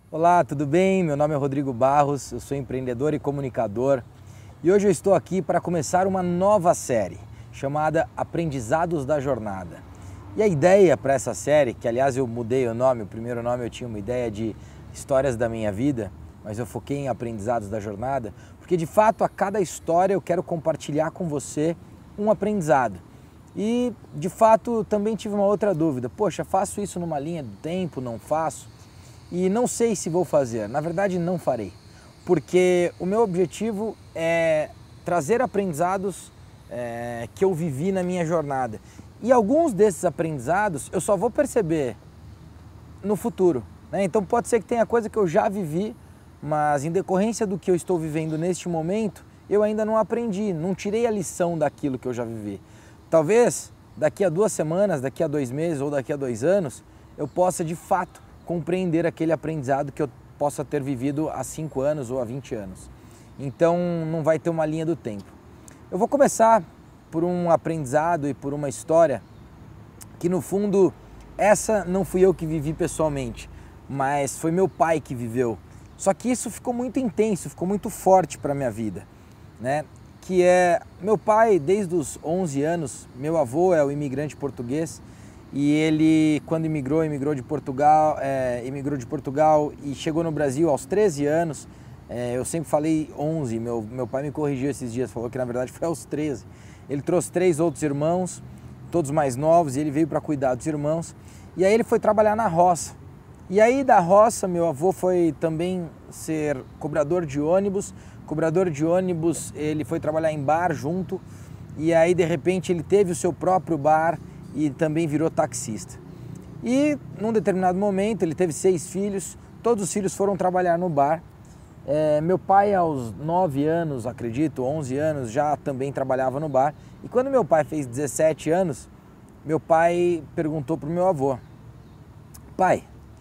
Olá, tudo bem? Meu nome é Rodrigo Barros, eu sou empreendedor e comunicador e hoje eu estou aqui para começar uma nova série chamada Aprendizados da Jornada. E a ideia para essa série, que aliás eu mudei o nome, o primeiro nome eu tinha uma ideia de histórias da minha vida, mas eu foquei em Aprendizados da Jornada, porque de fato a cada história eu quero compartilhar com você um aprendizado. E de fato também tive uma outra dúvida, poxa, faço isso numa linha do tempo, não faço? E não sei se vou fazer, na verdade não farei, porque o meu objetivo é trazer aprendizados que eu vivi na minha jornada. E alguns desses aprendizados eu só vou perceber no futuro, né? Então pode ser que tenha coisa que eu já vivi, mas em decorrência do que eu estou vivendo neste momento, eu ainda não aprendi, não tirei a lição daquilo que eu já vivi. Talvez daqui a 2 semanas, daqui a 2 meses ou daqui a 2 anos, eu possa de fato compreender aquele aprendizado que eu possa ter vivido há 5 anos ou há 20 anos. Então não vai ter uma linha do tempo. Eu vou começar por um aprendizado e por uma história que no fundo essa não fui eu que vivi pessoalmente, mas foi meu pai que viveu. Só que isso ficou muito intenso, ficou muito forte para a minha vida, né? Que é meu pai desde os 11 anos, meu avô é o imigrante português, e ele, quando imigrou de Portugal, e chegou no Brasil aos 13 anos, eu sempre falei 11, meu pai me corrigiu esses dias, falou que na verdade foi aos 13. Ele trouxe 3 outros irmãos, todos mais novos, e ele veio para cuidar dos irmãos, e aí ele foi trabalhar na roça. E aí da roça, meu avô foi também ser cobrador de ônibus, ele foi trabalhar em bar junto, e aí de repente ele teve o seu próprio bar, e também virou taxista. E num determinado momento ele teve 6 filhos, todos os filhos foram trabalhar no bar. Meu pai aos 9 anos, acredito, 11 anos, já também trabalhava no bar. E quando meu pai fez 17 anos, meu pai perguntou para o meu avô: pai,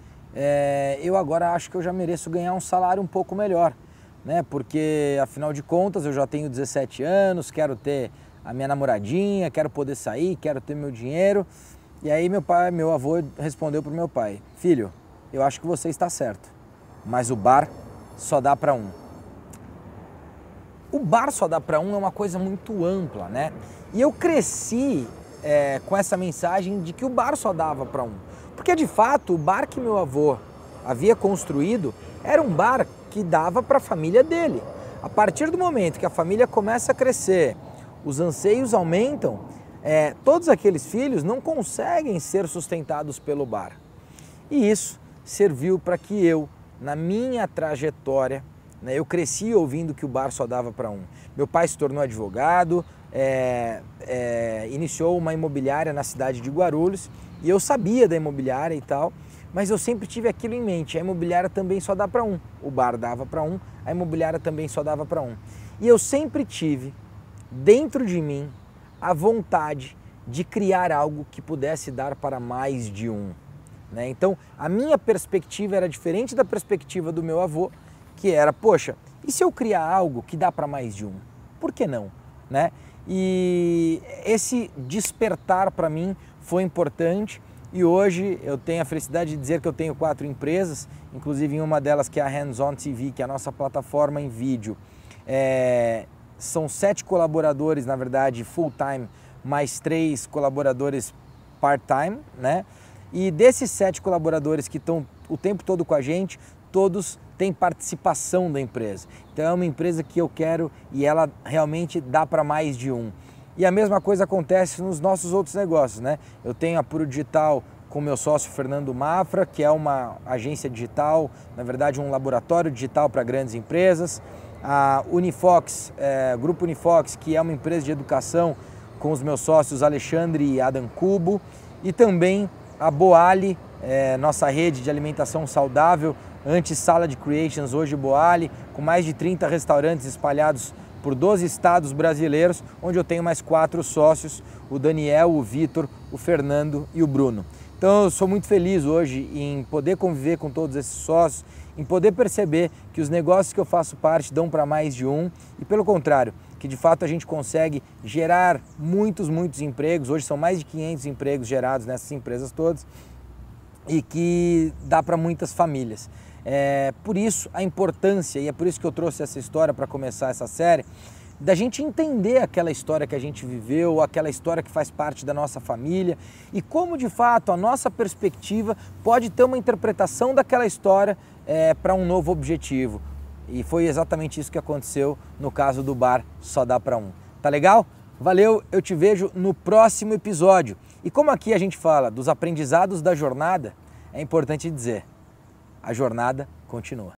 eu agora acho que eu já mereço ganhar um salário um pouco melhor, né? Porque afinal de contas eu já tenho 17 anos, quero ter a minha namoradinha, quero poder sair, quero ter meu dinheiro. E aí meu avô respondeu para o meu pai: filho, eu acho que você está certo, mas o bar só dá para um. O bar só dá para um é uma coisa muito ampla, né? E eu cresci com essa mensagem de que o bar só dava para um. Porque de fato o bar que meu avô havia construído era um bar que dava para a família dele. A partir do momento que a família começa a crescer, os anseios aumentam, todos aqueles filhos não conseguem ser sustentados pelo bar. E isso serviu para que eu, na minha trajetória, né, eu cresci ouvindo que o bar só dava para um. Meu pai se tornou advogado, iniciou uma imobiliária na cidade de Guarulhos, e eu sabia da imobiliária e tal, mas eu sempre tive aquilo em mente: a imobiliária também só dá para um. O bar dava para um, a imobiliária também só dava para um. E eu sempre tive dentro de mim a vontade de criar algo que pudesse dar para mais de um, né? Então a minha perspectiva era diferente da perspectiva do meu avô, que era: poxa, e se eu criar algo que dá para mais de um? Por que não, né? E esse despertar para mim foi importante, e hoje eu tenho a felicidade de dizer que eu tenho 4 empresas, inclusive em uma delas que é a Hands On TV, que é a nossa plataforma em vídeo. São 7 colaboradores, na verdade, full-time, mais 3 colaboradores part-time, né? E desses 7 colaboradores que estão o tempo todo com a gente, todos têm participação da empresa. Então é uma empresa que eu quero e ela realmente dá para mais de um. E a mesma coisa acontece nos nossos outros negócios, né? Eu tenho a Puro Digital com meu sócio Fernando Mafra, que é uma agência digital, na verdade um laboratório digital para grandes empresas. A Unifox, Grupo Unifox, que é uma empresa de educação com os meus sócios Alexandre e Adam Cubo, e também a Boali, nossa rede de alimentação saudável, antes Sala de Creations, hoje Boali, com mais de 30 restaurantes espalhados por 12 estados brasileiros, onde eu tenho mais 4 sócios, o Daniel, o Vitor, o Fernando e o Bruno. Então eu sou muito feliz hoje em poder conviver com todos esses sócios, em poder perceber que os negócios que eu faço parte dão para mais de um, e pelo contrário, que de fato a gente consegue gerar muitos empregos. Hoje são mais de 500 empregos gerados nessas empresas todas, e que dá para muitas famílias. Por isso a importância, e é por isso que eu trouxe essa história para começar essa série, da gente entender aquela história que a gente viveu, aquela história que faz parte da nossa família e como de fato a nossa perspectiva pode ter uma interpretação daquela história para um novo objetivo. E foi exatamente isso que aconteceu no caso do bar Só Dá Pra Um. Tá legal? Valeu, eu te vejo no próximo episódio. E como aqui a gente fala dos aprendizados da jornada, é importante dizer, a jornada continua.